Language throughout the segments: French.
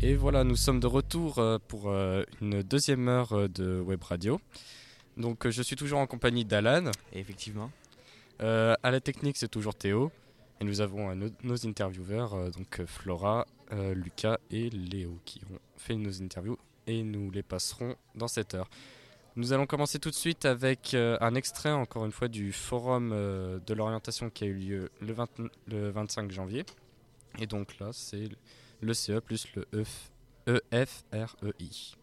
Et voilà, nous sommes de retour pour une deuxième heure de Web Radio. Donc je suis toujours en compagnie d'Alan. Effectivement. À la technique, c'est toujours Théo. Et nous avons nos intervieweurs, donc Flora, Lucas et Léo, qui ont fait nos interviews et nous les passerons dans cette heure. Nous allons commencer tout de suite avec un extrait, encore une fois, du forum de l'orientation qui a eu lieu le 25 janvier. Et donc là, c'est le CE plus le EFREI.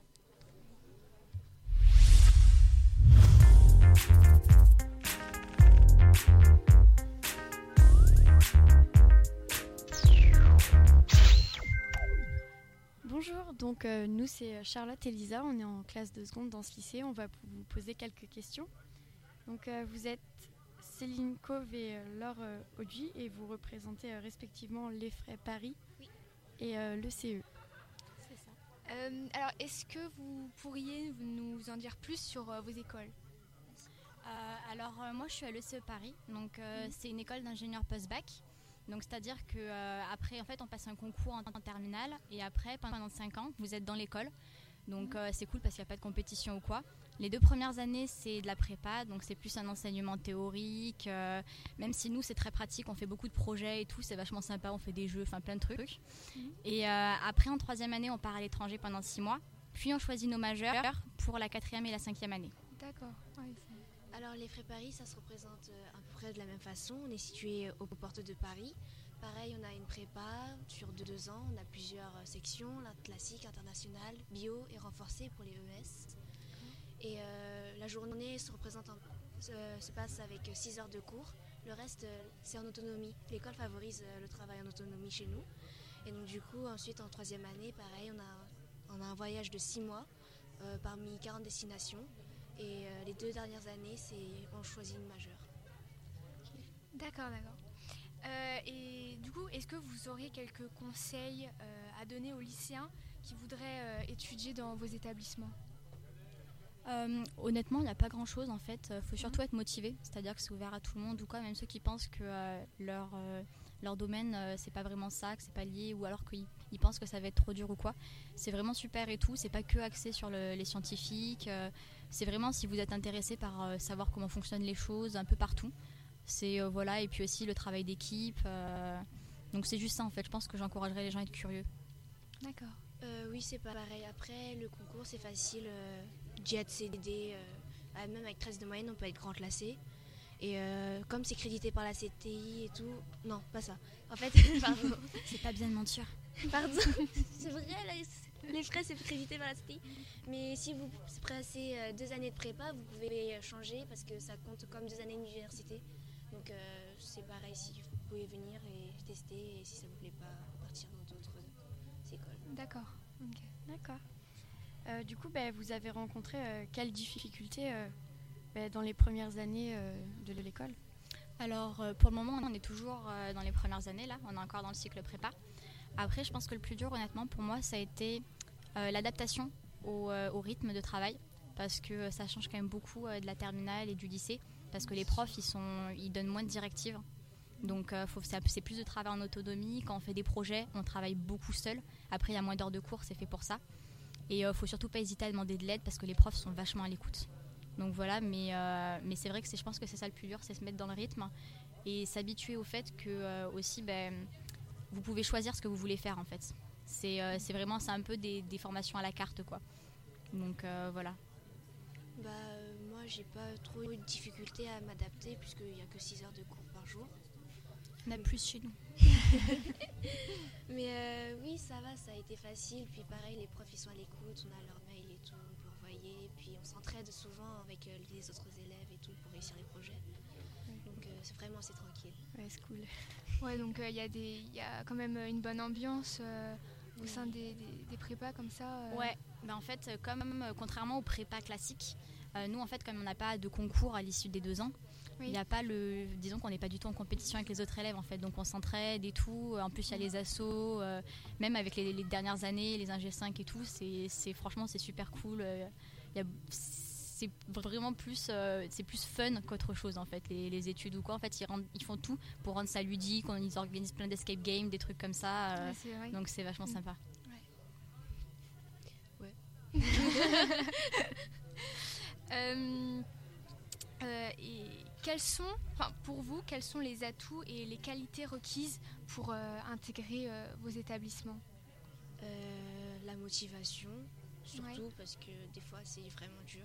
Bonjour, donc nous c'est Charlotte et Lisa, on est en classe de seconde dans ce lycée, on va vous poser quelques questions. Donc vous êtes Céline Cove et Laure Audry et vous représentez respectivement l'EFRE Paris et le CE. C'est ça. Alors est-ce que vous pourriez nous en dire plus sur vos écoles ? Moi je suis à l'ECE Paris, donc c'est une école d'ingénieur post-bac. Donc c'est-à-dire qu'après en fait on passe un concours en terminale et après pendant 5 ans vous êtes dans l'école. Donc c'est cool parce qu'il n'y a pas de compétition ou quoi. Les 2 premières années c'est de la prépa, donc c'est plus un enseignement théorique. Même si nous c'est très pratique, on fait beaucoup de projets et tout, c'est vachement sympa, on fait des jeux, enfin plein de trucs. Et après en 3e année on part à l'étranger pendant 6 mois. Puis on choisit nos majeurs pour la 4e et la 5e année. D'accord. Ouais, alors l'EFRE Paris, ça se représente à peu près de la même façon. On est situé aux portes de Paris. Pareil, on a une prépa sur 2 ans. On a plusieurs sections, la classique, internationale, bio et renforcée pour les ES. Et la journée se passe avec 6 heures de cours. Le reste, c'est en autonomie. L'école favorise le travail en autonomie chez nous. Et donc du coup, ensuite en 3e année, pareil, on a un voyage de 6 mois parmi 40 destinations. Et les 2 dernières années, on choisit une majeure. D'accord. Et du coup, est-ce que vous auriez quelques conseils à donner aux lycéens qui voudraient étudier dans vos établissements ? Honnêtement, il n'y a pas grand-chose en fait. Il faut surtout être motivé, c'est-à-dire que c'est ouvert à tout le monde ou quoi, même ceux qui pensent que leur domaine, c'est pas vraiment ça, que c'est pas lié, ou alors qu'ils pensent que ça va être trop dur ou quoi. C'est vraiment super et tout, c'est pas que axé sur les scientifiques. C'est vraiment si vous êtes intéressé par savoir comment fonctionnent les choses un peu partout. C'est voilà, et puis aussi le travail d'équipe. Donc c'est juste ça en fait. Je pense que j'encouragerais les gens à être curieux. D'accord. Oui, c'est pareil. Après, le concours, c'est facile. JET, CDD, même avec 13 de moyenne, on peut être grand classé. Et comme c'est crédité par la CTI et tout... Non, pas ça. En fait, pardon. C'est pas bien de mentir. Pardon. C'est vrai, là, les frais, c'est crédité par la CTI. Mais si vous passez 2 années de prépa, vous pouvez changer parce que ça compte comme 2 années d'université. Donc c'est pareil, si vous pouvez venir et tester. Et si ça vous plaît pas, partir dans d'autres écoles. D'accord. Okay. D'accord. Du coup, vous avez rencontré quelles difficultés dans les premières années de l'école ? Alors pour le moment on est toujours dans les premières années là, on est encore dans le cycle prépa. Après je pense que le plus dur honnêtement pour moi ça a été l'adaptation au rythme de travail, parce que ça change quand même beaucoup de la terminale et du lycée, parce que les profs ils donnent moins de directives. Donc c'est plus de travail en autonomie. Quand on fait des projets on travaille beaucoup seul. Après il y a moins d'heures de cours, c'est fait pour ça. Et faut surtout pas hésiter à demander de l'aide parce que les profs sont vachement à l'écoute. Donc voilà, mais c'est vrai que je pense que c'est ça le plus dur, c'est se mettre dans le rythme et s'habituer au fait que aussi vous pouvez choisir ce que vous voulez faire en fait. C'est un peu des formations à la carte quoi. Donc voilà. Moi j'ai pas trop eu de difficulté à m'adapter puisqu'il n'y a que 6 heures de cours par jour. On a plus chez nous. Mais oui, ça va, ça a été facile. Puis pareil, les profs ils sont à l'écoute, on a leur mail et tout, on peut envoyer. Puis on s'entraide souvent avec les autres élèves et tout pour réussir les projets. Donc c'est tranquille. Ouais, c'est cool. Ouais, donc il y a quand même une bonne ambiance au sein des prépas comme ça. Ouais, en fait, contrairement aux prépas classiques, nous en fait, comme on n'a pas de concours à l'issue des 2 ans, il n'y a pas disons qu'on n'est pas du tout en compétition avec les autres élèves en fait, donc on s'entraide et tout. En plus il y a les assos, même avec les dernières années, les Ing 5 et tout, franchement c'est super cool. C'est vraiment plus fun qu'autre chose en fait, les études ou quoi. En fait ils font tout pour rendre ça ludique, ils organisent plein d'escape games, des trucs comme ça, donc c'est vachement sympa. Et pour vous, quels sont les atouts et les qualités requises pour intégrer vos établissements? La motivation, surtout parce que des fois c'est vraiment dur.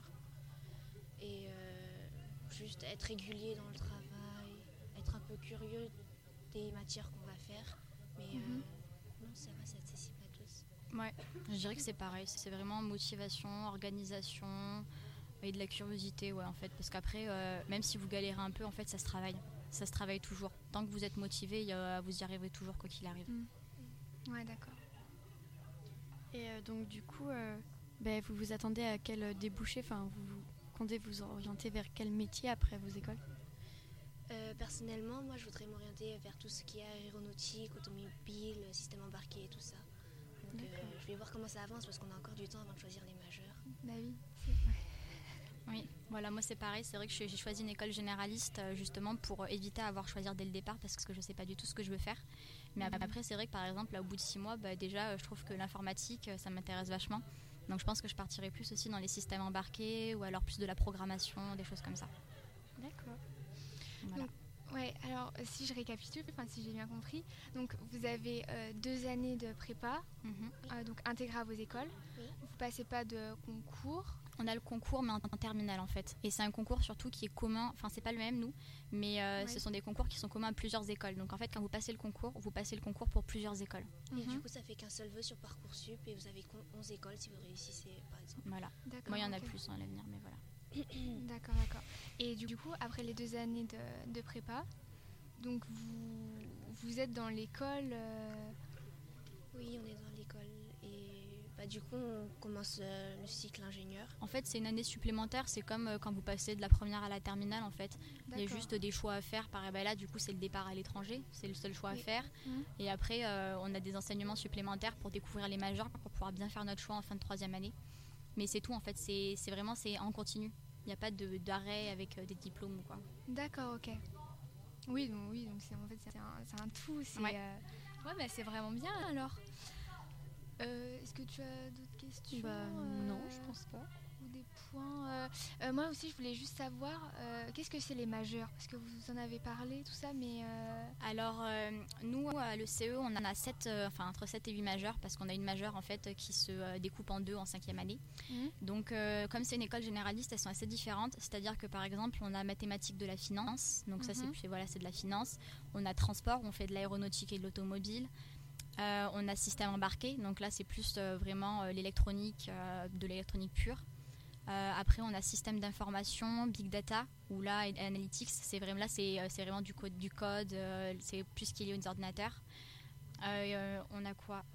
Et juste être régulier dans le travail, être un peu curieux des matières qu'on va faire. Mais non, ça va, c'est accessible à tous. Ouais, je dirais que c'est pareil. C'est vraiment motivation, organisation et de la curiosité, ouais, en fait. Parce qu'après, même si vous galérez un peu, en fait, ça se travaille. Ça se travaille toujours. Tant que vous êtes motivé, vous y arriverez toujours quoi qu'il arrive. Ouais, d'accord. Et donc du coup, vous vous attendez à quel débouché, enfin vous comptez vous orienter vers quel métier après vos écoles? Personnellement, moi je voudrais m'orienter vers tout ce qui est aéronautique, automobile, système embarqué et tout ça. Donc je vais voir comment ça avance parce qu'on a encore du temps avant de choisir les majeurs. Bah oui. Oui, voilà, moi c'est pareil, c'est vrai que j'ai choisi une école généraliste justement pour éviter à avoir choisi dès le départ parce que je ne sais pas du tout ce que je veux faire. Mais après c'est vrai que par exemple, là, au bout de 6 mois, déjà je trouve que l'informatique, ça m'intéresse vachement. Donc je pense que je partirai plus aussi dans les systèmes embarqués ou alors plus de la programmation, des choses comme ça. D'accord. Voilà. Ouais, alors si je récapitule, si j'ai bien compris, donc vous avez 2 années de prépa, donc intégré à vos écoles. Oui. Vous passez pas de concours. On a le concours mais en terminale en fait. Et c'est un concours surtout qui est commun, enfin c'est pas le même nous, mais ce sont des concours qui sont communs à plusieurs écoles. Donc en fait quand vous passez le concours pour plusieurs écoles. Et du coup ça fait qu'un seul vœu sur Parcoursup et vous avez 11 écoles si vous réussissez par exemple. Voilà. D'accord, moi il y en a plus à l'avenir mais voilà. D'accord. Et du coup après les 2 années de prépa, donc vous êtes dans l'école Oui, on est dans l'école et du coup on commence le cycle ingénieur. En fait c'est une année supplémentaire, c'est comme quand vous passez de la première à la terminale en fait. Il y a juste des choix à faire, là du coup c'est le départ à l'étranger, c'est le seul choix à faire. Et après on a des enseignements supplémentaires pour découvrir les majeurs, pour pouvoir bien faire notre choix en fin de 3e année. Mais c'est tout en fait, c'est vraiment en continu, il n'y a pas d'arrêt avec des diplômes ou quoi. D'accord, ok. Oui, donc c'est un tout, c'est vraiment bien alors. Est-ce que tu as d'autres questions? Non, je pense pas. Ou des points moi aussi, je voulais juste savoir qu'est-ce que c'est les majeurs? Parce que vous en avez parlé, tout ça, mais... Alors, nous, à l'ECE, on en a 7, entre 7 et 8 majeurs, parce qu'on a une majeure en fait, qui se découpe en 2 en 5e année. Donc, comme c'est une école généraliste, elles sont assez différentes. C'est-à-dire que, par exemple, on a mathématiques de la finance. Donc, ça, c'est de la finance. On a transport, on fait de l'aéronautique et de l'automobile. On a système embarqué, donc là c'est plus vraiment l'électronique, de l'électronique pure. Après on a système d'information, big data, où là analytics c'est vraiment du code, c'est plus ce qui est lié aux ordinateurs. On a quoi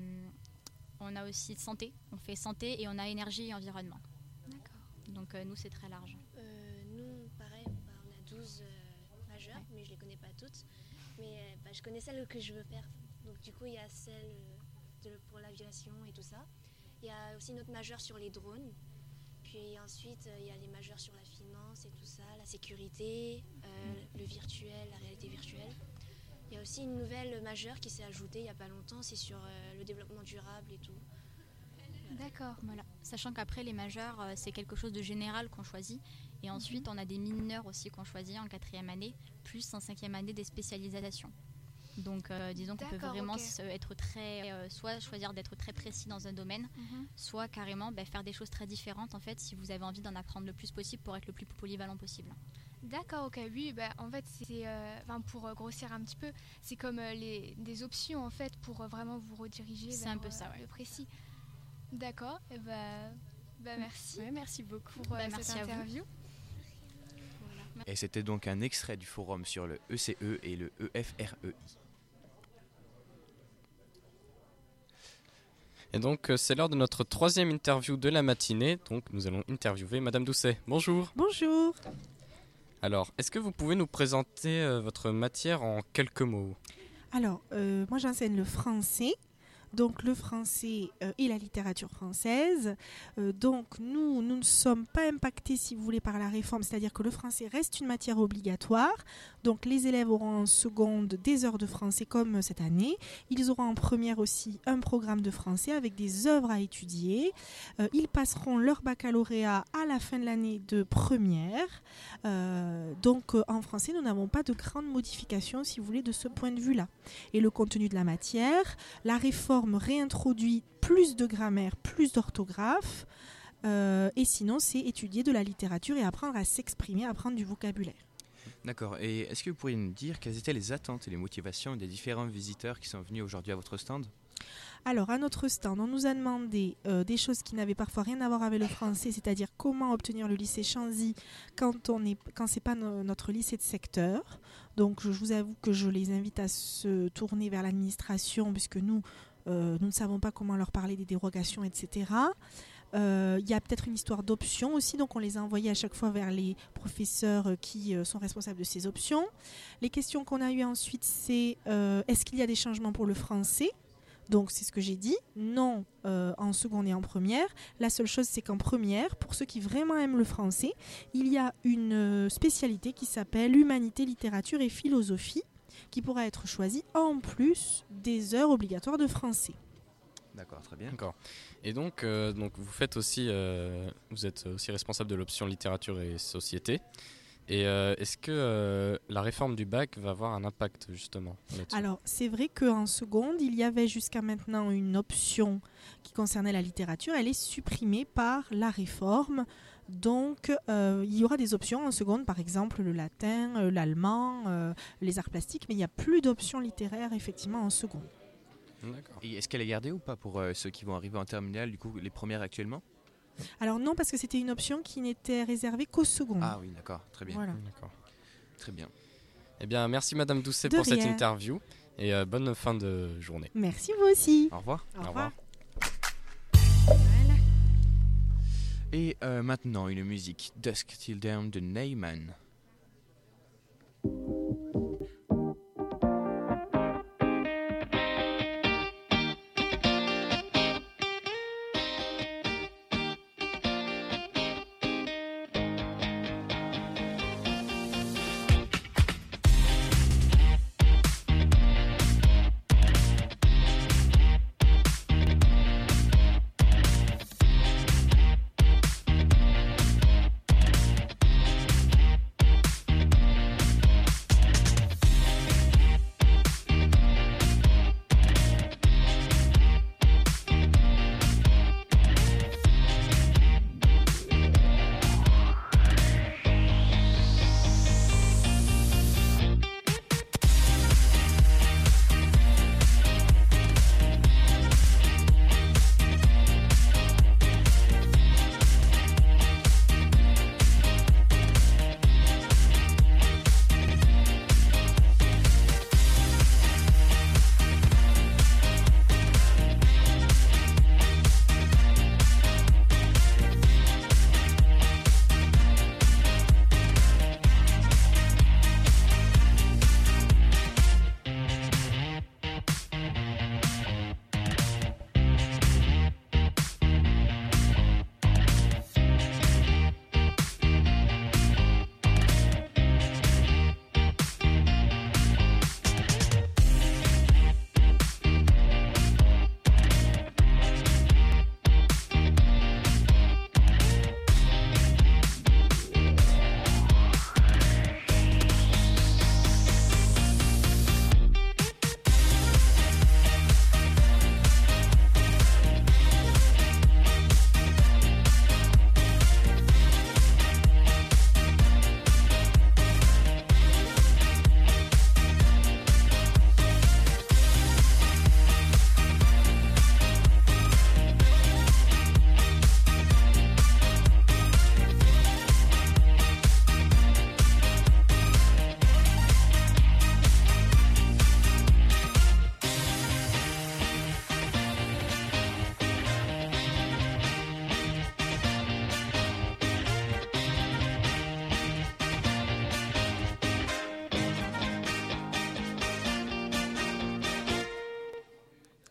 on a aussi santé, on fait santé et on a énergie et environnement. D'accord. Donc nous c'est très large. Nous pareil, on a 12 majeurs, mais je les connais pas toutes. Mais je connais celle que je veux faire. Donc du coup, il y a celle pour l'aviation et tout ça. Il y a aussi notre majeure sur les drones. Puis ensuite, il y a les majeurs sur la finance et tout ça, la sécurité, le virtuel, la réalité virtuelle. Il y a aussi une nouvelle majeure qui s'est ajoutée il n'y a pas longtemps, c'est sur le développement durable et tout. D'accord. Voilà. Sachant qu'après, les majeurs, c'est quelque chose de général qu'on choisit. Et ensuite, on a des mineurs aussi qu'on choisit en 4e année, plus en 5e année des spécialisations. Donc, disons qu'on peut vraiment être soit choisir d'être très précis dans un domaine, soit carrément faire des choses très différentes, en fait, si vous avez envie d'en apprendre le plus possible pour être le plus polyvalent possible. D'accord, ok, oui, en fait, c'est, pour grossir un petit peu, c'est comme des options, en fait, pour vraiment vous rediriger vers un peu ça, ouais. le précis. D'accord, et merci. Ouais, merci beaucoup pour merci cette interview. Et c'était donc un extrait du forum sur le ECE et le EFREI. Et donc c'est l'heure de notre 3e interview de la matinée. Donc nous allons interviewer Madame Doucet. Bonjour. Bonjour. Alors, est-ce que vous pouvez nous présenter votre matière en quelques mots? Alors, moi j'enseigne le français. donc le français et la littérature française. Donc nous ne sommes pas impactés, si vous voulez, par la réforme, c'est-à-dire que le français reste une matière obligatoire. Donc les élèves auront en seconde des heures de français comme cette année. Ils auront en première aussi un programme de français avec des œuvres à étudier. Ils passeront leur baccalauréat à la fin de l'année de première. Donc en français, nous n'avons pas de grandes modifications, si vous voulez, de ce point de vue-là. Et le contenu de la matière, la réforme réintroduit plus de grammaire, plus d'orthographe. Et sinon, c'est étudier de la littérature et apprendre à s'exprimer, apprendre du vocabulaire. D'accord. Et est-ce que vous pourriez nous dire quelles étaient les attentes et les motivations des différents visiteurs qui sont venus aujourd'hui à votre stand ? Alors, à notre stand, on nous a demandé des choses qui n'avaient parfois rien à voir avec le français, c'est-à-dire comment obtenir le lycée Chanzy quand ce n'est pas notre lycée de secteur. Donc, je vous avoue que je les invite à se tourner vers l'administration, puisque nous ne savons pas comment leur parler des dérogations, etc. Il y a peut-être une histoire d'options aussi, donc on les a envoyés à chaque fois vers les professeurs qui sont responsables de ces options. Les questions qu'on a eues ensuite, c'est est-ce qu'il y a des changements pour le français ? Donc c'est ce que j'ai dit, non en seconde et en première. La seule chose, c'est qu'en première, pour ceux qui vraiment aiment le français, il y a une spécialité qui s'appelle Humanité, littérature et philosophie, qui pourra être choisie en plus des heures obligatoires de français. D'accord, très bien. D'accord. Et donc vous faites aussi, vous êtes aussi responsable de l'option littérature et société. Et est-ce que la réforme du bac va avoir un impact justement là-dessus ? Alors, c'est vrai qu'en seconde, il y avait jusqu'à maintenant une option qui concernait la littérature. Elle est supprimée par la réforme. Donc, il y aura des options en seconde, par exemple le latin, l'allemand, les arts plastiques, mais il n'y a plus d'options littéraires effectivement en seconde. D'accord. Et est-ce qu'elle est gardée ou pas pour ceux qui vont arriver en terminale, du coup les premières actuellement ? Alors non, parce que c'était une option qui n'était réservée qu'aux secondes. Ah oui, d'accord, très bien. Voilà. D'accord. Très bien. Eh bien, merci Madame Doucet De pour cette rien. interview et bonne fin de journée. Merci vous aussi. Au revoir. Au revoir. Voilà. Et maintenant, une musique Dusk Till Dawn de Neyman.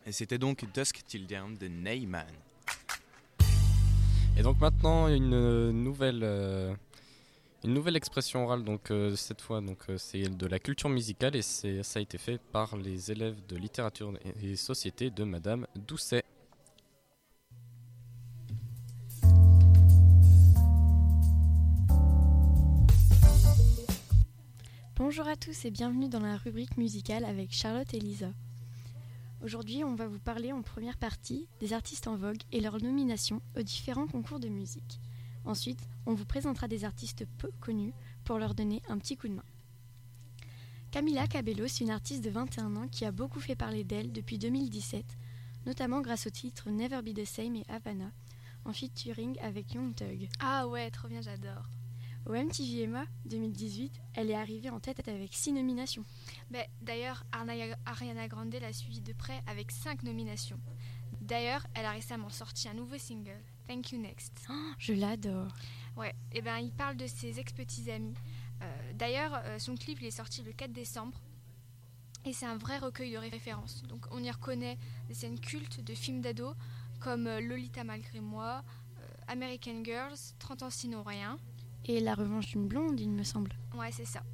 Et c'était donc Dusk Till Dawn de Neyman. Et donc maintenant une nouvelle expression orale, donc cette fois c'est de la culture musicale et ça a été fait par les élèves de littérature et société de Madame Doucet. Bonjour à tous et bienvenue dans la rubrique musicale avec Charlotte et Lisa. Aujourd'hui, on va vous parler en première partie des artistes en vogue et leurs nominations aux différents concours de musique. Ensuite, on vous présentera des artistes peu connus pour leur donner un petit coup de main. Camila Cabello, c'est une artiste de 21 ans qui a beaucoup fait parler d'elle depuis 2017, notamment grâce au titre Never Be The Same et Havana, en featuring avec Young Thug. Ah ouais, trop bien, j'adore. Au MTV EMA 2018, elle est arrivée en tête avec 6 nominations. D'ailleurs, Ariana Grande l'a suivie de près avec 5 nominations. D'ailleurs, elle a récemment sorti un nouveau single, Thank You Next. Oh, je l'adore. Ouais, et il parle de ses ex-petits amis. D'ailleurs, son clip il est sorti le 4 décembre et c'est un vrai recueil de références. Donc on y reconnaît des scènes cultes de films d'ados comme Lolita malgré moi, American Girls, 30 ans sinon rien. Et La revanche d'une blonde, il me semble. Ouais, c'est ça.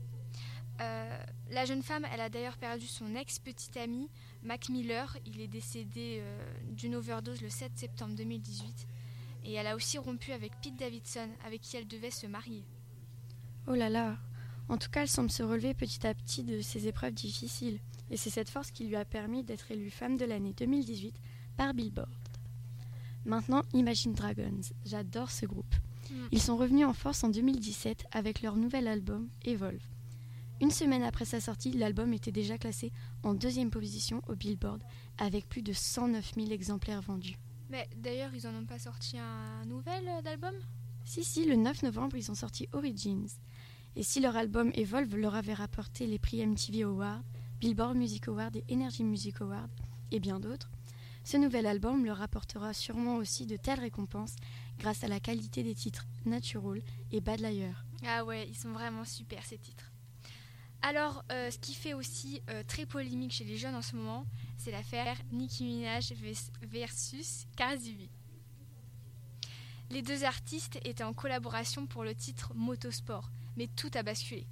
La jeune femme, elle a d'ailleurs perdu son ex-petit ami, Mac Miller. Il est décédé d'une overdose le 7 septembre 2018. Et elle a aussi rompu avec Pete Davidson, avec qui elle devait se marier. Oh là là. En tout cas, elle semble se relever petit à petit de ces épreuves difficiles. Et c'est cette force qui lui a permis d'être élue femme de l'année 2018 par Billboard. Maintenant, Imagine Dragons. J'adore ce groupe. Ils sont revenus en force en 2017 avec leur nouvel album Evolve. Une semaine après sa sortie, l'album était déjà classé en 2e position au Billboard avec plus de 109 000 exemplaires vendus. Mais d'ailleurs, ils en ont pas sorti un nouvel d'album ? Si, le 9 novembre, ils ont sorti Origins. Et si leur album Evolve leur avait rapporté les prix MTV Awards, Billboard Music Awards et Energy Music Awards, et bien d'autres, ce nouvel album leur rapportera sûrement aussi de telles récompenses grâce à la qualité des titres Natural et Bad Liar. Ah ouais, ils sont vraiment super ces titres. Alors, ce qui fait aussi très polémique chez les jeunes en ce moment, c'est l'affaire Nicki Minaj versus Cardi B. Les deux artistes étaient en collaboration pour le titre Motosport, mais tout a basculé.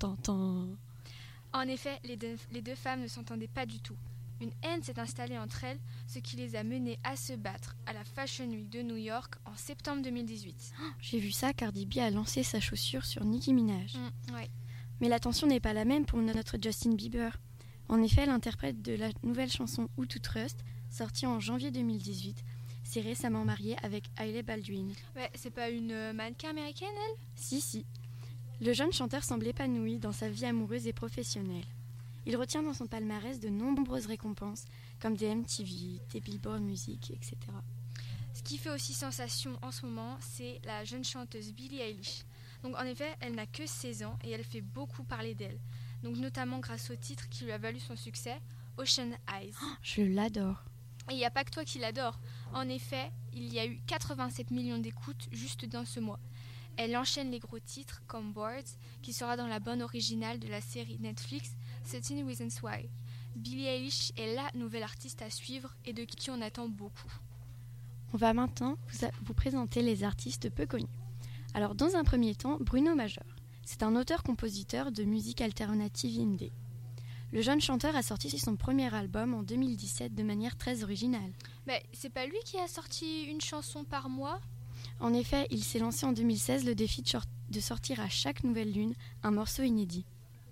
En effet, les deux femmes ne s'entendaient pas du tout. Une haine s'est installée entre elles, ce qui les a menées à se battre à la Fashion Week de New York en septembre 2018. J'ai vu ça, Cardi B a lancé sa chaussure sur Nicki Minaj. Ouais. Mais l'attention n'est pas la même pour notre Justin Bieber. En effet, l'interprète de la nouvelle chanson Who to Trust, sortie en janvier 2018, s'est récemment marié avec Hailey Baldwin. Ouais, c'est pas une mannequin américaine, elle ? Si. Le jeune chanteur semble épanoui dans sa vie amoureuse et professionnelle. Il retient dans son palmarès de nombreuses récompenses, comme des MTV, des Billboard Music, etc. Ce qui fait aussi sensation en ce moment, c'est la jeune chanteuse Billie Eilish. Donc en effet, elle n'a que 16 ans et elle fait beaucoup parler d'elle. Donc notamment grâce au titre qui lui a valu son succès, Ocean Eyes. Oh, je l'adore. Et il n'y a pas que toi qui l'adore. En effet, il y a eu 87 millions d'écoutes juste dans ce mois. Elle enchaîne les gros titres comme Boards, qui sera dans la bande originale de la série Netflix 13 Reasons Why. Billie Eilish est la nouvelle artiste à suivre et de qui on attend beaucoup. On va maintenant vous présenter les artistes peu connus. Alors dans un premier temps, Bruno Major. C'est un auteur-compositeur de musique alternative indé. Le jeune chanteur a sorti son premier album en 2017 de manière très originale. Mais c'est pas lui qui a sorti une chanson par mois ? En effet, il s'est lancé en 2016 le défi de sortir à chaque nouvelle lune un morceau inédit.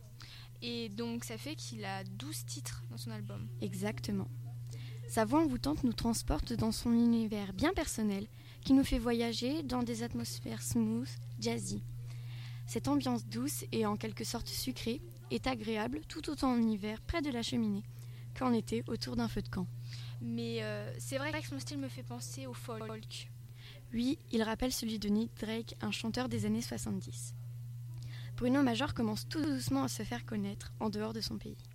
Et donc ça fait qu'il a 12 titres dans son album. Exactement. Sa voix envoûtante nous transporte dans son univers bien personnel qui nous fait voyager dans des atmosphères smooth, jazzy. Cette ambiance douce et en quelque sorte sucrée est agréable tout autant en hiver près de la cheminée qu'en été autour d'un feu de camp. Mais c'est vrai que son style me fait penser au folk. Oui, il rappelle celui de Nick Drake, un chanteur des années 70. Bruno Major commence tout doucement à se faire connaître en dehors de son pays.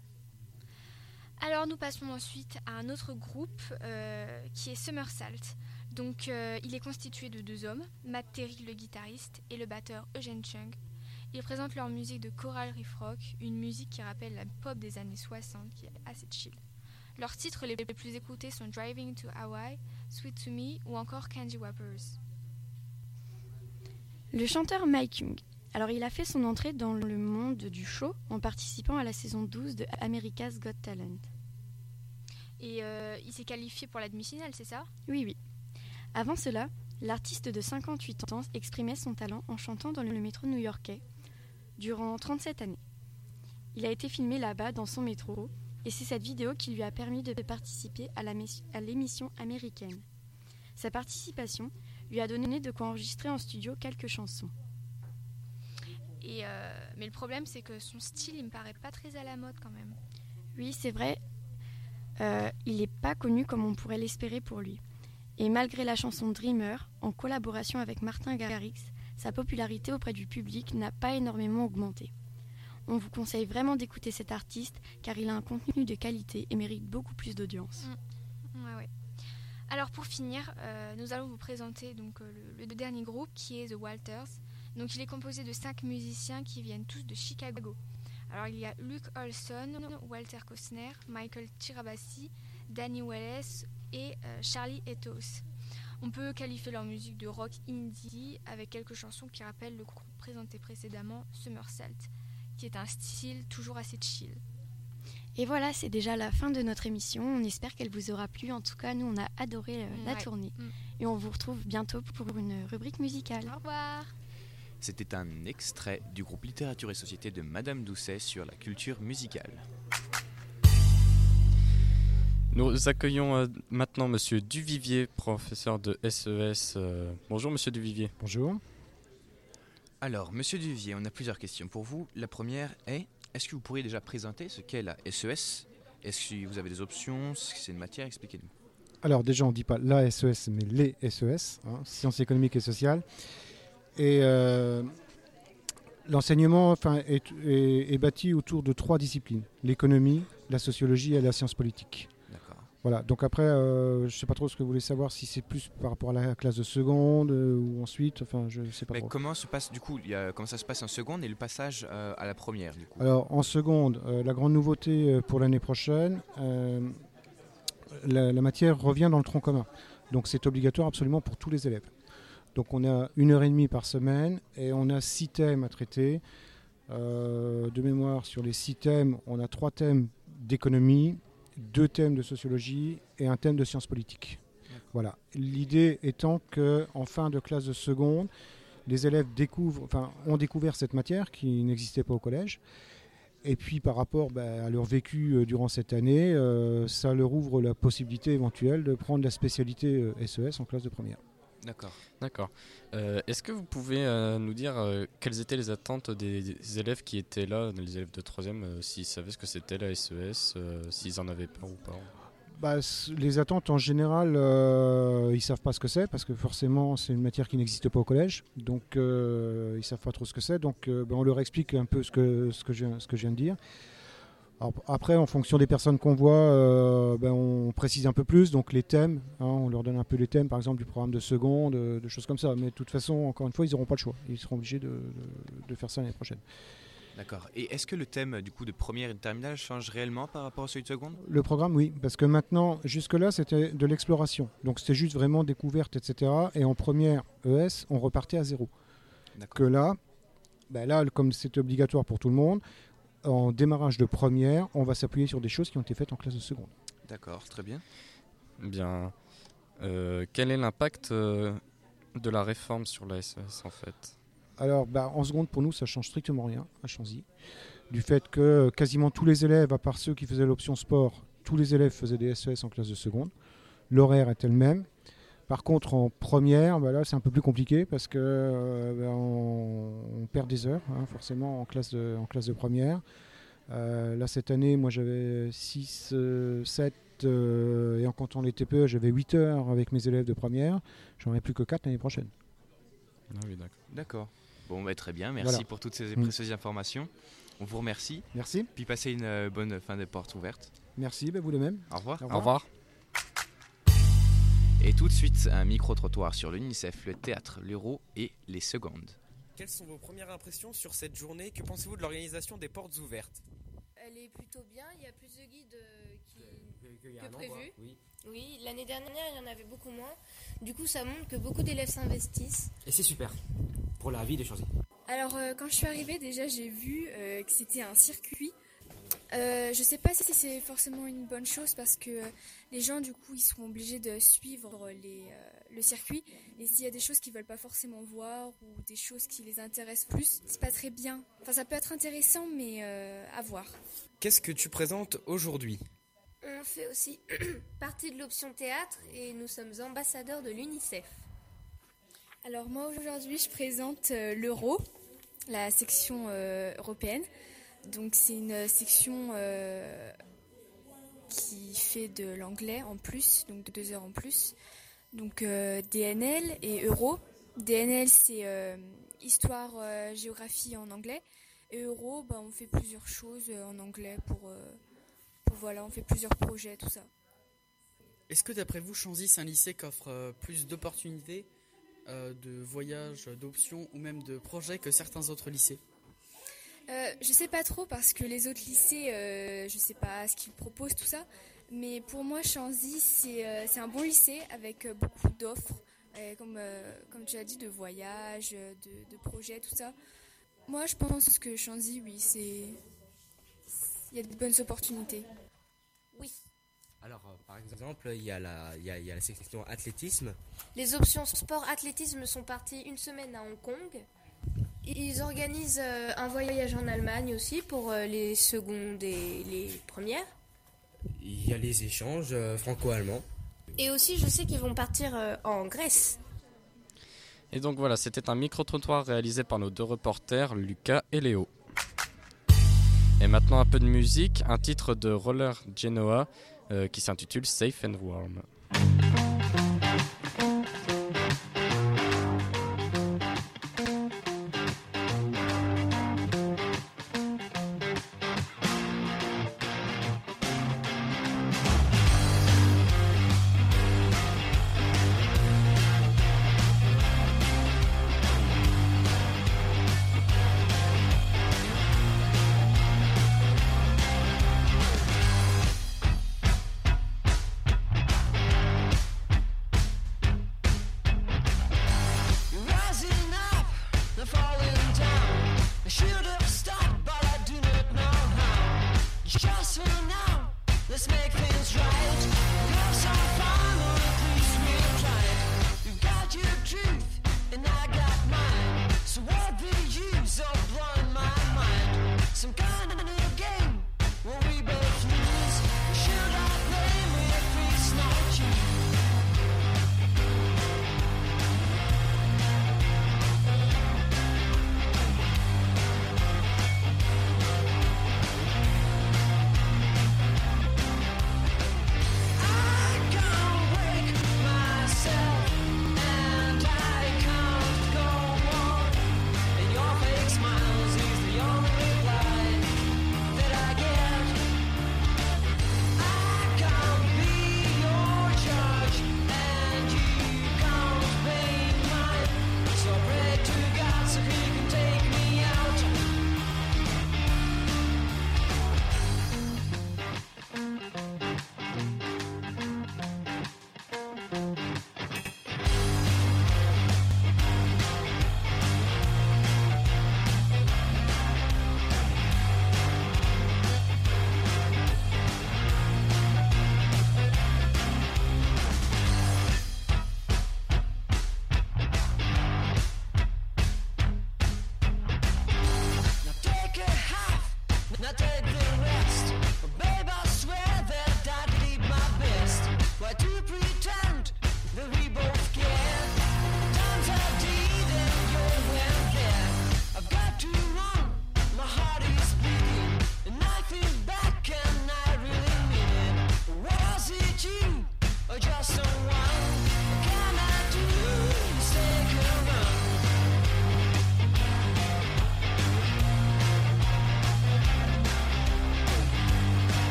Alors nous passons ensuite à un autre groupe qui est Summersalt. Donc il est constitué de 2 hommes, Matt Terry le guitariste et le batteur Eugene Chung. Ils présentent leur musique de choral riff rock, une musique qui rappelle la pop des années 60 qui est assez chill. Leurs titres les plus écoutés sont Driving to Hawaii, Sweet to Me ou encore Candy Wrappers. Le chanteur Mike Young. Alors, il a fait son entrée dans le monde du show en participant à la saison 12 de America's Got Talent. Et il s'est qualifié pour la demi-finale, c'est ça ? Oui. Avant cela, l'artiste de 58 ans exprimait son talent en chantant dans le métro new-yorkais durant 37 années. Il a été filmé là-bas dans son métro et c'est cette vidéo qui lui a permis de participer à l'émission américaine. Sa participation lui a donné de quoi enregistrer en studio quelques chansons. Mais le problème, c'est que son style, il me paraît pas très à la mode quand même. Oui, c'est vrai. Il n'est pas connu comme on pourrait l'espérer pour lui. Et malgré la chanson Dreamer, en collaboration avec Martin Garrix, sa popularité auprès du public n'a pas énormément augmenté. On vous conseille vraiment d'écouter cet artiste car il a un contenu de qualité et mérite beaucoup plus d'audience. Ouais. Alors pour finir, nous allons vous présenter donc, le dernier groupe qui est The Walters. Donc il est composé de 5 musiciens qui viennent tous de Chicago. Alors il y a Luke Olson, Walter Costner, Michael Tirabassi, Danny Wallace et Charlie Ethos. On peut qualifier leur musique de rock indie avec quelques chansons qui rappellent le groupe présenté précédemment, Somersault, qui est un style toujours assez chill. Et voilà, c'est déjà la fin de notre émission. On espère qu'elle vous aura plu. En tout cas, nous, on a adoré la tournée. Et on vous retrouve bientôt pour une rubrique musicale. Au revoir. C'était un extrait du groupe Littérature et Société de Madame Doucet sur la culture musicale. Nous accueillons maintenant Monsieur Duvivier, professeur de SES. Bonjour Monsieur Duvivier. Bonjour. Alors, Monsieur Duvivier, on a plusieurs questions pour vous. La première est, est-ce que vous pourriez déjà présenter ce qu'est la SES ? Est-ce que vous avez des options ? Est-ce que c'est une matière ? Expliquez-nous. Alors déjà, on ne dit pas la SES, mais les SES, sciences économiques et sociales. Et l'enseignement est bâti autour de 3 disciplines, l'économie, la sociologie et la science politique. D'accord. Voilà, donc après, je ne sais pas trop ce que vous voulez savoir, si c'est plus par rapport à la classe de seconde ou ensuite, enfin je ne sais pas trop. Comment ça se passe en seconde et le passage à la première du coup ? Alors en seconde, la grande nouveauté pour l'année prochaine, la matière revient dans le tronc commun. Donc c'est obligatoire absolument pour tous les élèves. Donc on a 1h30 par semaine et on a 6 thèmes à traiter. De mémoire, sur les 6 thèmes, on a 3 thèmes d'économie, 2 thèmes de sociologie et un thème de sciences politiques. Voilà. L'idée étant qu'en fin de classe de seconde, les élèves ont découvert cette matière qui n'existait pas au collège. Et puis par rapport à leur vécu durant cette année, ça leur ouvre la possibilité éventuelle de prendre la spécialité SES en classe de première. D'accord. Est-ce que vous pouvez nous dire quelles étaient les attentes des élèves qui étaient là, les élèves de 3e, s'ils savaient ce que c'était la SES, s'ils en avaient peur ou pas ? Les attentes en général, ils ne savent pas ce que c'est parce que forcément c'est une matière qui n'existe pas au collège, donc ils ne savent pas trop ce que c'est, donc on leur explique un peu ce que je viens de dire. Alors, après, en fonction des personnes qu'on voit, on précise un peu plus, donc les thèmes, on leur donne un peu les thèmes, par exemple du programme de seconde, de choses comme ça, mais de toute façon, encore une fois, ils n'auront pas le choix, ils seront obligés de faire ça l'année prochaine. D'accord. Et est-ce que le thème du coup de première et de terminale change réellement par rapport à celui de seconde ? Le programme, oui, parce que maintenant, jusque-là, c'était de l'exploration. Donc c'était juste vraiment découverte, etc. Et en première ES, on repartait à 0. D'accord. Que là, comme c'est obligatoire pour tout le monde, en démarrage de première, on va s'appuyer sur des choses qui ont été faites en classe de seconde. D'accord, très bien. Bien. Quel est l'impact de la réforme sur la SES en fait ? Alors, en seconde, pour nous, ça change strictement rien à Chanzy. Du fait que quasiment tous les élèves, à part ceux qui faisaient l'option sport, tous les élèves faisaient des SES en classe de seconde. L'horaire était le même. Par contre, en première, là, c'est un peu plus compliqué parce que on perd des heures, forcément, en classe de première. Là, cette année, moi, j'avais 6, 7, et en comptant les TPE, j'avais 8 heures avec mes élèves de première. J'en ai plus que 4 l'année prochaine. Ah oui, d'accord. Bon, très bien. Merci pour toutes ces précieuses informations. On vous remercie. Merci. Puis passez une bonne fin de porte ouverte. Merci, vous de même. Au revoir. Au revoir. Et tout de suite, un micro-trottoir sur l'UNICEF, le théâtre, l'Euro et les secondes. Quelles sont vos premières impressions sur cette journée ? Que pensez-vous de l'organisation des portes ouvertes ? Elle est plutôt bien, il y a plus de guides qu'il y a que un an, prévu. quoi. Oui. Oui, l'année dernière, il y en avait beaucoup moins. Du coup, ça montre que beaucoup d'élèves s'investissent. Et c'est super pour la vie de Chanzy. Alors, quand je suis arrivée, déjà, j'ai vu que c'était un circuit. Je sais pas si c'est forcément une bonne chose parce que les gens, du coup, ils seront obligés de suivre le circuit. Et s'il y a des choses qu'ils veulent pas forcément voir ou des choses qui les intéressent plus, c'est pas très bien. Enfin, ça peut être intéressant, mais à voir. Qu'est-ce que tu présentes aujourd'hui ? On fait aussi partie de l'option théâtre et nous sommes ambassadeurs de l'UNICEF. Alors moi aujourd'hui je présente l'Euro, la section européenne. Donc c'est une section qui fait de l'anglais en plus, donc de 2 heures en plus. Donc DNL et Euro. DNL c'est histoire, géographie en anglais. Et Euro, on fait plusieurs choses en anglais pour voilà, on fait plusieurs projets, tout ça. Est-ce que d'après vous, Chanzy, c'est un lycée qui offre plus d'opportunités, de voyages, d'options ou même de projets que certains autres lycées ? Je sais pas trop parce que les autres lycées, je sais pas ce qu'ils proposent, tout ça. Mais pour moi, Chanzy, c'est un bon lycée avec beaucoup d'offres, comme tu as dit, de voyages, de projets, tout ça. Moi, je pense que Chanzy, oui, il y a de bonnes opportunités. Oui. Alors, par exemple, il y a la section athlétisme. Les options sport-athlétisme sont parties une semaine à Hong Kong. Ils organisent un voyage en Allemagne aussi pour les secondes et les premières. Il y a les échanges franco-allemands. Et aussi, je sais qu'ils vont partir en Grèce. Et donc voilà, c'était un micro-trottoir réalisé par nos 2 reporters, Lucas et Léo. Et maintenant un peu de musique, un titre de Roller Genoa qui s'intitule Safe and Warm.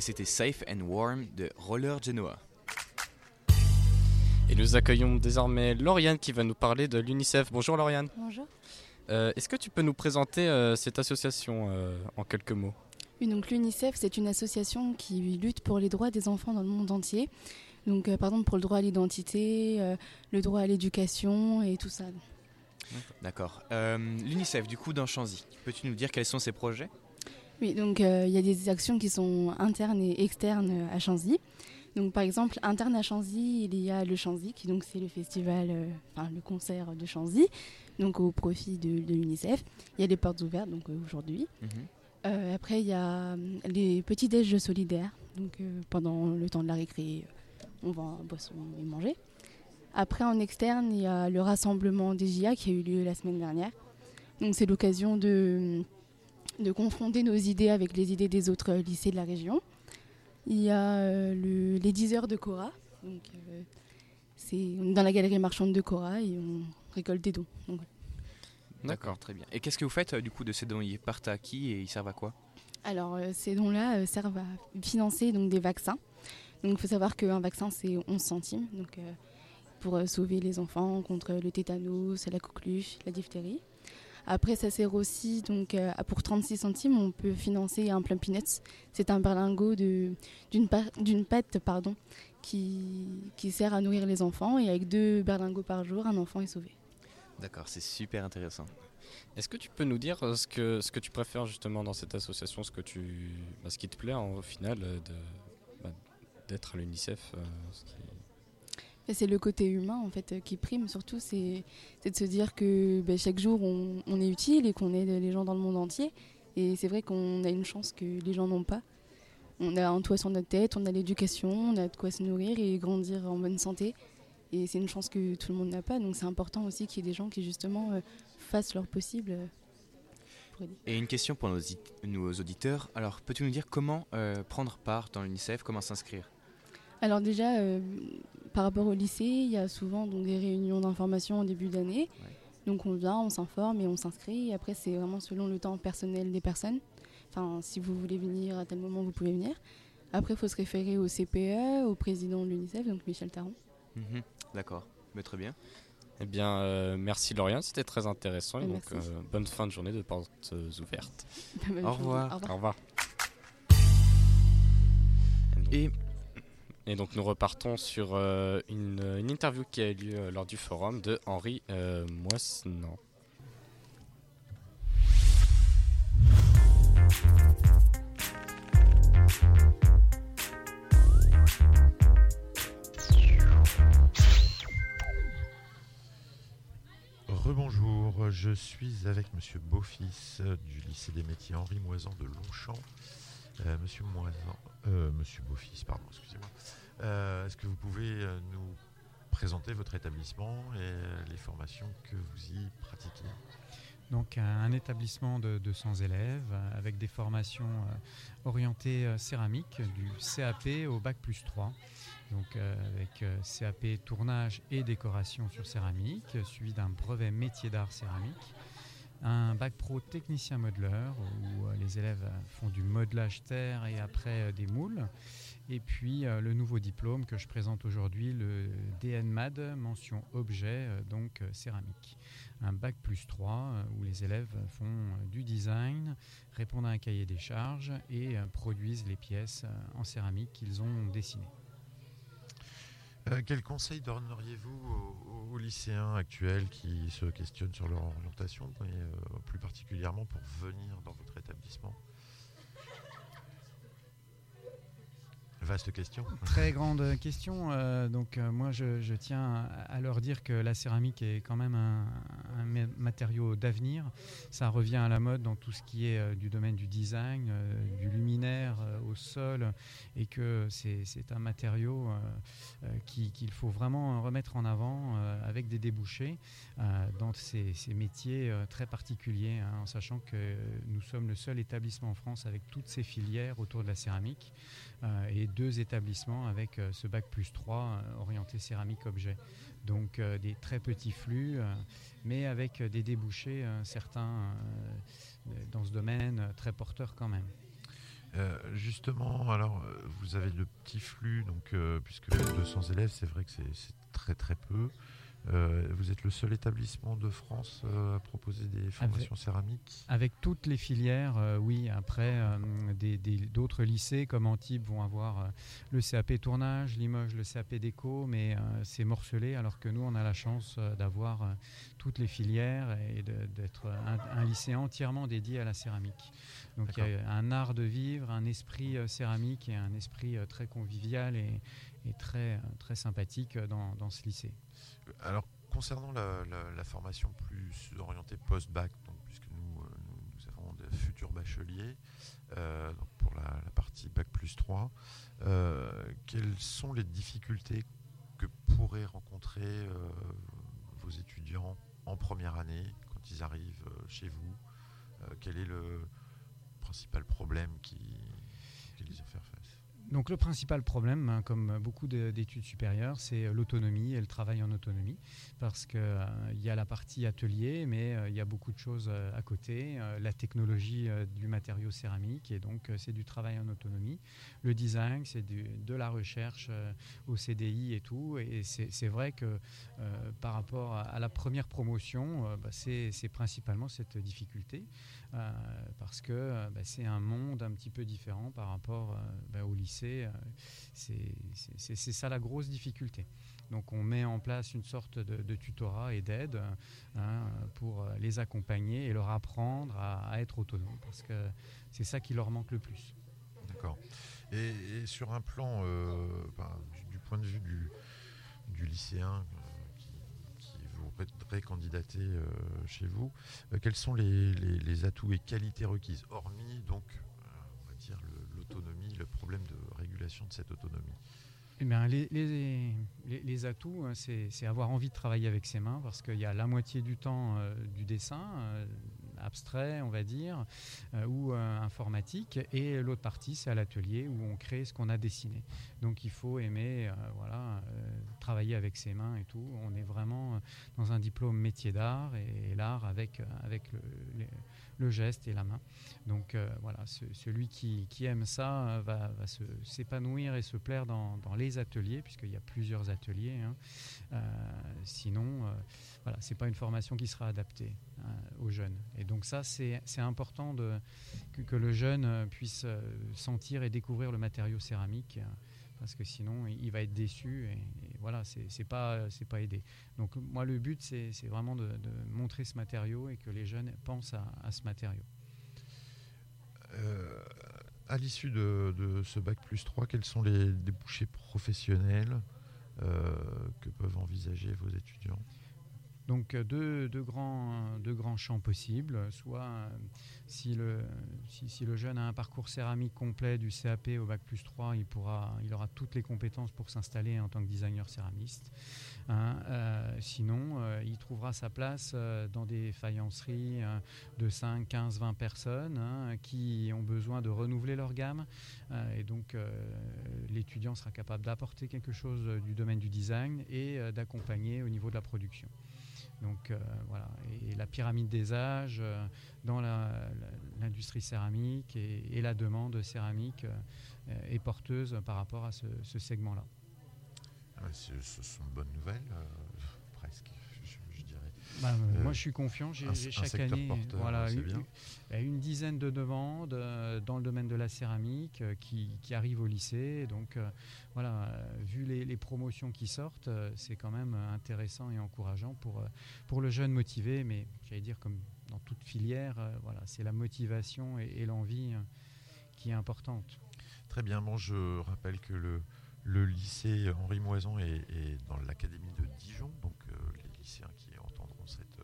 c'était Safe and Warm de Roller Genoa. Et nous accueillons désormais Lauriane qui va nous parler de l'UNICEF. Bonjour Lauriane. Bonjour. Est-ce que tu peux nous présenter cette association en quelques mots ? Oui, donc l'UNICEF, c'est une association qui lutte pour les droits des enfants dans le monde entier. Donc, par exemple, pour le droit à l'identité, le droit à l'éducation et tout ça. D'accord. L'UNICEF, du coup, dans Chanzy, peux-tu nous dire quels sont ses projets ? Oui, donc il y a des actions qui sont internes et externes à Chanzy. Donc, par exemple, interne à Chanzy, il y a le Chanzy, qui donc c'est le festival, le concert de Chanzy, donc au profit de l'UNICEF. Il y a les portes ouvertes, donc aujourd'hui. Après, il y a les petits déj solidaires. Donc, pendant le temps de la récré, on va boire et manger. Après, en externe, il y a le rassemblement des JA qui a eu lieu la semaine dernière. Donc, c'est l'occasion de confronter nos idées avec les idées des autres lycées de la région. Il y a les 10 heures de Cora. Donc, on est dans la galerie marchande de Cora et on récolte des dons. Donc, voilà. D'accord, très bien. Et qu'est-ce que vous faites du coup de ces dons ? Ils partent à qui et ils servent à quoi ? Alors, ces dons-là servent à financer donc, des vaccins. Donc, il faut savoir qu'un vaccin, c'est 11 centimes. Donc, pour sauver les enfants contre le tétanos, la coqueluche, la diphtérie. Après, ça sert aussi, donc, pour 36 centimes, on peut financer un Plum Peanuts. C'est un berlingot d'une pâte qui sert à nourrir les enfants. Et avec 2 berlingots par jour, un enfant est sauvé. D'accord, c'est super intéressant. Est-ce que tu peux nous dire ce que tu préfères justement dans cette association, ce qui te plaît au final d'être à l'UNICEF C'est le côté humain en fait qui prime surtout, c'est de se dire que chaque jour on est utile et qu'on aide les gens dans le monde entier. Et c'est vrai qu'on a une chance que les gens n'ont pas. On a un toit sur notre tête, on a l'éducation, on a de quoi se nourrir et grandir en bonne santé. Et c'est une chance que tout le monde n'a pas, donc c'est important aussi qu'il y ait des gens qui justement fassent leur possible. Et une question pour nos auditeurs, alors peux-tu nous dire comment prendre part dans l'UNICEF, comment s'inscrire ? Alors déjà, par rapport au lycée, il y a souvent donc, des réunions d'information au début d'année. Ouais. Donc on vient, on s'informe et on s'inscrit. Et après, c'est vraiment selon le temps personnel des personnes. Enfin, si vous voulez venir à tel moment, vous pouvez venir. Après, il faut se référer au CPE, au président de l'UNICEF, donc Michel Taron. D'accord, mais très bien. Eh bien, merci Lauriane, c'était très intéressant. Et donc, bonne fin de journée de portes ouvertes. Au revoir. Au revoir. Et donc nous repartons sur une interview qui a eu lieu lors du forum de Henri Moissenant. Rebonjour, je suis avec Monsieur Beaufils du lycée des métiers Henri Moisan de Longchamp. Monsieur Beaufils, pardon, excusez-moi. Est-ce que vous pouvez nous présenter votre établissement et les formations que vous y pratiquez ? Donc un établissement de 200 élèves avec des formations orientées céramique du CAP au bac plus 3. Donc avec CAP tournage et décoration sur céramique, suivi d'un brevet métier d'art céramique. Un bac pro technicien modeleur où les élèves font du modelage terre et après des moules. Et puis le nouveau diplôme que je présente aujourd'hui, le DNMAD, mention objet, donc céramique. Un bac plus 3 où les élèves font du design, répondent à un cahier des charges et produisent les pièces en céramique qu'ils ont dessinées. Quel conseil donneriez-vous aux lycéens actuels qui se questionnent sur leur orientation et plus particulièrement pour venir dans votre établissement ? Vaste question. Très grande question. Moi, je tiens à leur dire que la céramique est quand même un matériau d'avenir. Ça revient à la mode dans tout ce qui est du domaine du design, du luminaire au sol, et que c'est un matériau qu'il faut vraiment remettre en avant avec des débouchés dans ces métiers très particuliers, en sachant que nous sommes le seul établissement en France avec toutes ces filières autour de la céramique. Et 2 établissements avec ce bac plus 3 orienté céramique objet. Donc des très petits flux, mais avec des débouchés certains dans ce domaine très porteurs quand même. Justement, alors vous avez de petits flux, donc puisque 200 élèves, c'est vrai que c'est très très peu. Vous êtes le seul établissement de France à proposer des formations céramiques? Avec toutes les filières, oui. Après, d'autres lycées comme Antibes vont avoir le CAP tournage, Limoges le CAP déco, mais c'est morcelé, alors que nous, on a la chance d'avoir toutes les filières et d'être un lycée entièrement dédié à la céramique. Donc il y a un art de vivre, un esprit céramique et un esprit très convivial et très, très sympathique dans ce lycée. Alors, concernant la formation plus orientée post-bac, donc, puisque nous avons des futurs bacheliers, donc pour la partie bac plus 3, quelles sont les difficultés que pourraient rencontrer vos étudiants en première année quand ils arrivent chez vous? Quel est le principal problème qu'ils ont fait face? Donc le principal problème, comme beaucoup d'études supérieures, c'est l'autonomie et le travail en autonomie, parce qu'il y a la partie atelier, mais il y a beaucoup de choses à côté, la technologie du matériau céramique, et donc c'est du travail en autonomie. Le design, c'est de la recherche au CDI et tout, et c'est vrai que par rapport à la première promotion, c'est principalement cette difficulté, parce que c'est un monde un petit peu différent par rapport au lycée. C'est ça la grosse difficulté. Donc on met en place une sorte de tutorat et d'aide pour les accompagner et leur apprendre à être autonomes, parce que c'est ça qui leur manque le plus. D'accord. Et sur un plan, du point de vue du lycéen qui voudrait candidater chez vous, quels sont les atouts et qualités requises, hormis donc l'autonomie, le problème de régulation de cette autonomie? Eh bien, les atouts, c'est avoir envie de travailler avec ses mains, parce qu'il y a la moitié du temps du dessin, abstrait, on va dire, ou informatique, et l'autre partie, c'est à l'atelier où on crée ce qu'on a dessiné. Donc il faut aimer travailler avec ses mains et tout. On est vraiment dans un diplôme métier d'art, et l'art avec le geste et la main. Donc celui qui aime ça va s'épanouir et se plaire dans les ateliers, puisqu'il y a plusieurs ateliers. Sinon, c'est pas une formation qui sera adaptée aux jeunes. Et donc ça, c'est important que le jeune puisse sentir et découvrir le matériau céramique, parce que sinon il va être déçu et voilà, c'est pas aidé. Donc moi, le but, c'est vraiment de montrer ce matériau et que les jeunes pensent à ce matériau. À l'issue de ce bac plus 3, quels sont les débouchés professionnels que peuvent envisager vos étudiants? Donc deux grands champs possibles. Soit si le jeune a un parcours céramique complet du CAP au bac plus 3, il aura toutes les compétences pour s'installer en tant que designer céramiste. Sinon, il trouvera sa place dans des faïenceries de 5, 15, 20 personnes qui ont besoin de renouveler leur gamme. Et donc l'étudiant sera capable d'apporter quelque chose du domaine du design et d'accompagner au niveau de la production. Donc et la pyramide des âges dans l'industrie céramique et la demande céramique est porteuse par rapport à ce segment-là. Ce sont de bonnes nouvelles, presque, je dirais. Moi, je suis confiant. J'ai chaque année une dizaine de demandes dans le domaine de la céramique qui arrivent au lycée. Donc, vu les promotions qui sortent, c'est quand même intéressant et encourageant pour le jeune motivé. Mais j'allais dire, comme dans toute filière, c'est la motivation et l'envie qui est importante. Très bien. Bon, je rappelle que le lycée Henri Moison est dans l'académie de Dijon, donc les lycéens qui entendront cette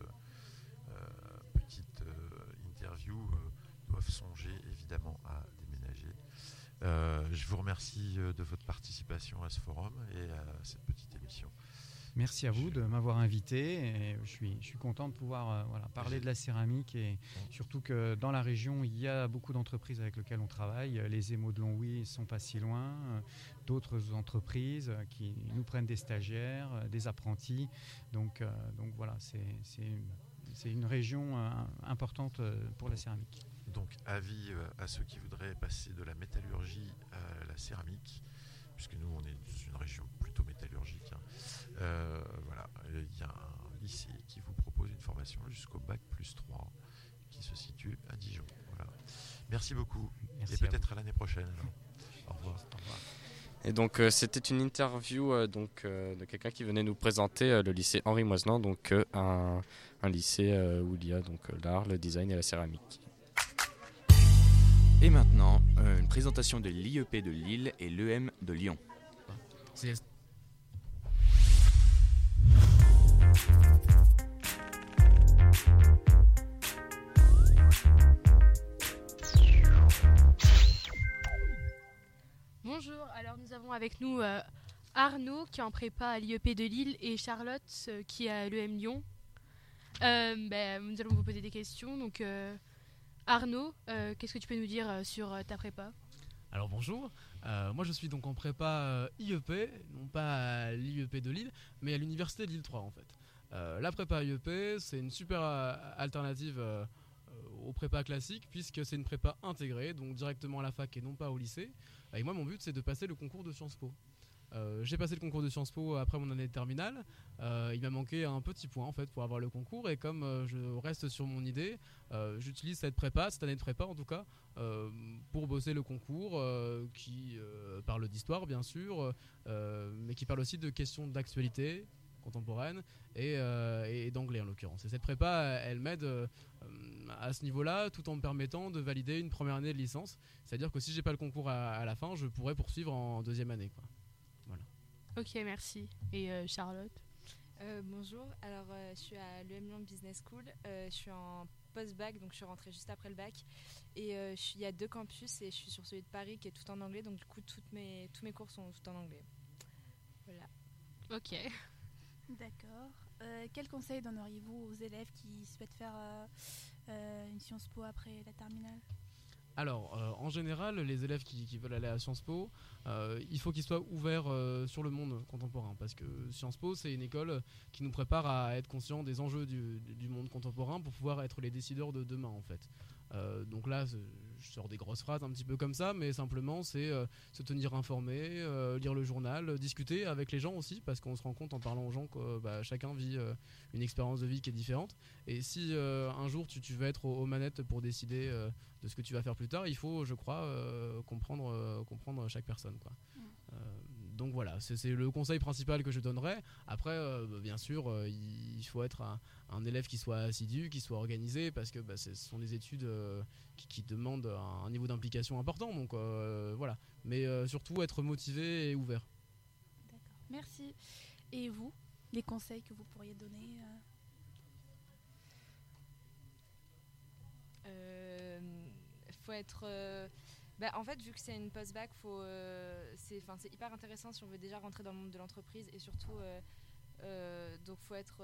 petite interview doivent songer évidemment à déménager. Je vous remercie de votre participation à ce forum et à cette petite émission. Merci à vous de m'avoir invité, et je suis content de pouvoir parler de la céramique, et surtout que dans la région il y a beaucoup d'entreprises avec lesquelles on travaille. Les émaux de Longwy ne sont pas si loin, d'autres entreprises qui nous prennent des stagiaires, des apprentis, donc c'est une région importante pour la céramique. Donc avis à ceux qui voudraient passer de la métallurgie à la céramique, puisque nous on est dans une région plutôt métallurgique. Voilà, il y a un lycée qui vous propose une formation jusqu'au bac plus 3 qui se situe à Dijon. Voilà. Merci beaucoup. Merci et peut-être à l'année prochaine. Alors. Au revoir. Au revoir. Et donc c'était une interview de quelqu'un qui venait nous présenter le lycée Henri Moiselan, donc un lycée où il y a donc l'art, le design et la céramique. Et maintenant, une présentation de l'IEP de Lille et l'EM de Lyon. Bonjour, alors nous avons avec nous Arnaud qui est en prépa à l'IEP de Lille et Charlotte qui est à l'EM Lyon. Nous allons vous poser des questions. Donc Arnaud, qu'est-ce que tu peux nous dire sur ta prépa ? Alors bonjour, moi je suis donc en prépa IEP, non pas à l'IEP de Lille, mais à l'université de Lille 3 en fait. La prépa IEP, c'est une super alternative aux prépas classiques puisque c'est une prépa intégrée, donc directement à la fac et non pas au lycée. Et moi mon but c'est de passer le concours de Sciences Po. J'ai passé le concours de Sciences Po après mon année de terminale. Il m'a manqué un petit point en fait pour avoir le concours et comme je reste sur mon idée, j'utilise cette année de prépa en tout cas, pour bosser le concours qui parle d'histoire bien sûr, mais qui parle aussi de questions d'actualité contemporaine et d'anglais en l'occurrence. Et cette prépa, elle m'aide à ce niveau-là, tout en me permettant de valider une première année de licence. C'est-à-dire que si j'ai pas le concours à la fin, je pourrais poursuivre en deuxième année, quoi. Voilà. Ok, merci. Et Charlotte ? Bonjour, alors je suis à l'EM Lyon Business School, je suis en post-bac, donc je suis rentrée juste après le bac. Et il y a 2 campus et je suis sur celui de Paris qui est tout en anglais, donc du coup tous mes cours sont tout en anglais. Voilà. Ok. D'accord. Quel conseil donneriez-vous aux élèves qui souhaitent faire une Sciences Po après la terminale ? Alors, en général, les élèves qui veulent aller à Sciences Po, il faut qu'ils soient ouverts sur le monde contemporain, parce que Sciences Po, c'est une école qui nous prépare à être conscients des enjeux du monde contemporain pour pouvoir être les décideurs de demain, en fait. Donc là, je sors des grosses phrases un petit peu comme ça, mais simplement, c'est se tenir informé, lire le journal, discuter avec les gens aussi, parce qu'on se rend compte en parlant aux gens que chacun vit une expérience de vie qui est différente. Et si un jour tu veux être aux manettes pour décider de ce que tu vas faire plus tard, il faut, je crois, comprendre chaque personne, quoi. Donc voilà, c'est le conseil principal que je donnerais. Après, bien sûr, il faut être un élève qui soit assidu, qui soit organisé, parce que ce sont des études qui demandent un niveau d'implication important. Donc voilà, mais surtout être motivé et ouvert. D'accord, merci. Et vous, les conseils que vous pourriez donner faut être... en fait, vu que c'est une post-bac, c'est hyper intéressant si on veut déjà rentrer dans le monde de l'entreprise et surtout, donc faut être...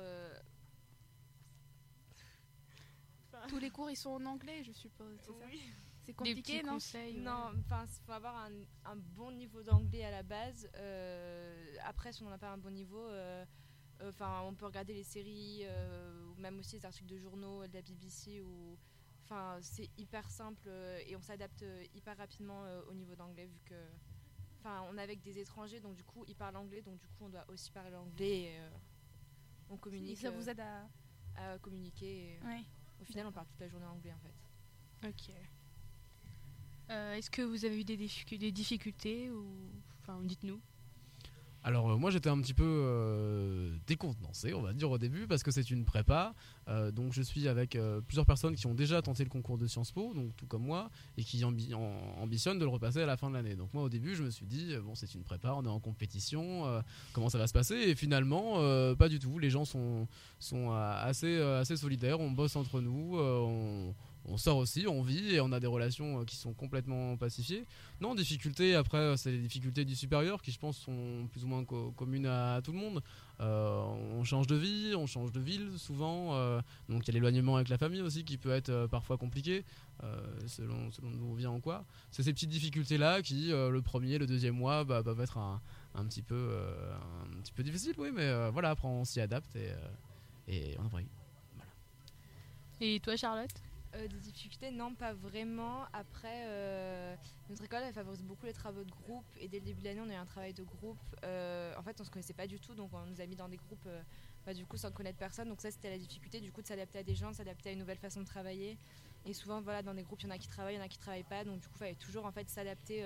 Tous les cours, ils sont en anglais, je suppose, c'est oui. Ça ? C'est compliqué, non ? Non, faut avoir un bon niveau d'anglais à la base. Après, si on n'a pas un bon niveau, on peut regarder les séries, ou même aussi les articles de journaux de la BBC ou... c'est hyper simple et on s'adapte hyper rapidement au niveau d'anglais vu que on est avec des étrangers, donc du coup ils parlent anglais, donc du coup on doit aussi parler anglais et on communique. Ça vous aide à communiquer et ouais. Au final on parle toute la journée anglais en fait. Ok. Est-ce que vous avez eu des difficultés ou dites-nous. Alors moi j'étais un petit peu décontenancé, on va dire au début, parce que c'est une prépa, donc je suis avec plusieurs personnes qui ont déjà tenté le concours de Sciences Po, donc tout comme moi, et qui ambitionnent de le repasser à la fin de l'année. Donc moi au début je me suis dit, c'est une prépa, on est en compétition, comment ça va se passer ? Et finalement pas du tout, les gens sont assez solidaires, on bosse entre nous, on sort aussi, on vit et on a des relations qui sont complètement pacifiées. Non, difficultés, après, c'est les difficultés du supérieur qui, je pense, sont plus ou moins communes à tout le monde. On change de vie, on change de ville souvent. Donc il y a l'éloignement avec la famille aussi qui peut être parfois compliqué, selon d'où on vient ou quoi. C'est ces petites difficultés-là qui, le premier, le deuxième mois, peuvent être un petit peu difficiles, oui, mais voilà, après on s'y adapte et on brille. Voilà. Et toi, Charlotte ? Des difficultés, non, pas vraiment. Après, notre école, elle favorise beaucoup les travaux de groupe. Et dès le début de l'année, on a eu un travail de groupe. En fait, on se connaissait pas du tout, donc on nous a mis dans des groupes du coup, sans connaître personne. Donc ça, c'était la difficulté, du coup, de s'adapter à des gens, de s'adapter à une nouvelle façon de travailler. Et souvent, voilà, dans des groupes, il y en a qui travaillent, il y en a qui travaillent pas. Donc du coup, il fallait toujours en fait, s'adapter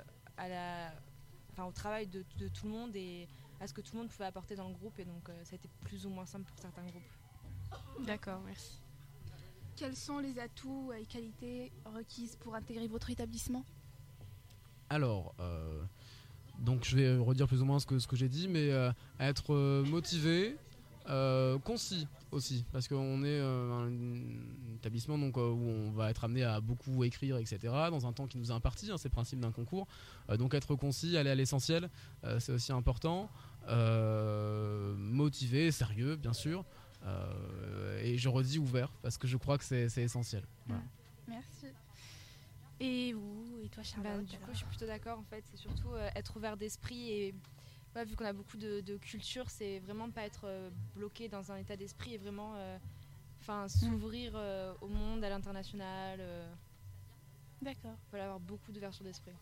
au travail de tout le monde et à ce que tout le monde pouvait apporter dans le groupe. Et donc, ça a été plus ou moins simple pour certains groupes. D'accord, merci. Quels sont les atouts et qualités requises pour intégrer votre établissement? Alors, donc je vais redire plus ou moins ce que j'ai dit, mais être motivé, concis aussi, parce qu'on est un établissement donc, où on va être amené à beaucoup écrire, etc., dans un temps qui nous est imparti, c'est le principe d'un concours. Donc être concis, aller à l'essentiel, c'est aussi important. Motivé, sérieux, bien sûr. Et je redis ouvert parce que je crois que c'est essentiel. Voilà. Merci. Et vous, et toi Charlotte? Du coup, je suis plutôt d'accord. En fait, c'est surtout être ouvert d'esprit et vu qu'on a beaucoup de culture, c'est vraiment pas être bloqué dans un état d'esprit et vraiment s'ouvrir au monde, à l'international. D'accord. Il faut avoir beaucoup d'ouverture d'esprit.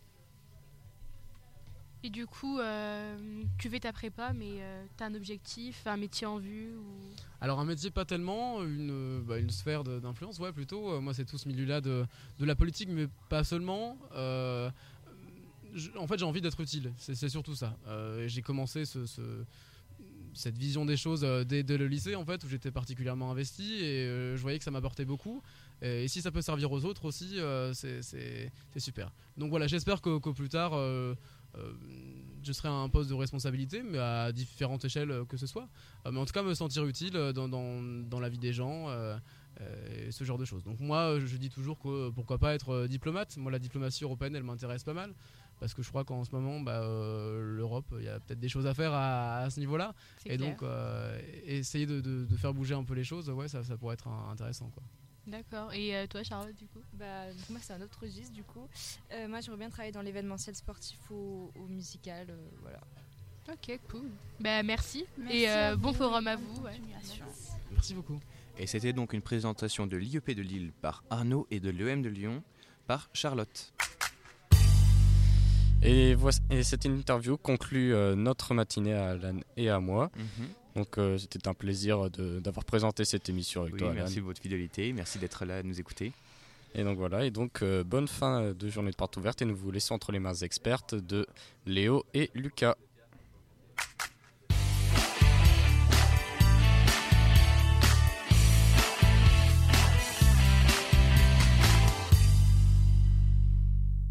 Et du coup, tu fais ta prépa, mais tu as un objectif, un métier en vue ou... Alors un métier pas tellement, une sphère d'influence, ouais plutôt. Moi c'est tout ce milieu-là de la politique, mais pas seulement. En fait j'ai envie d'être utile, c'est surtout ça. J'ai commencé cette vision des choses dès le lycée en fait, où j'étais particulièrement investi et je voyais que ça m'apportait beaucoup. Et si ça peut servir aux autres aussi, c'est super. Donc voilà, j'espère qu'au plus tard... je serai à un poste de responsabilité, mais à différentes échelles que ce soit. Mais en tout cas, me sentir utile dans la vie des gens, ce genre de choses. Donc moi, je dis toujours que pourquoi pas être diplomate. Moi, la diplomatie européenne, elle m'intéresse pas mal. Parce que je crois qu'en ce moment, l'Europe, il y a peut-être des choses à faire à ce niveau-là. Et clair. donc, essayer de faire bouger un peu les choses, ouais, ça pourrait être intéressant, quoi. D'accord. Et toi, Charlotte, du coup? Moi, c'est un autre registre, du coup. Moi, j'aimerais bien travailler dans l'événementiel sportif ou musical, voilà. Ok, cool. Merci. Merci et bon forum à vous. Ouais. Merci beaucoup. Et c'était donc une présentation de l'IEP de Lille par Arnaud et de l'EM de Lyon par Charlotte. Et cette interview conclut notre matinée à Alan et à moi. Donc c'était un plaisir d'avoir présenté cette émission avec toi, Alan. Merci de votre fidélité, merci d'être là à nous écouter. Et donc voilà, et donc bonne fin de journée de porte ouverte et nous vous laissons entre les mains expertes de Léo et Lucas.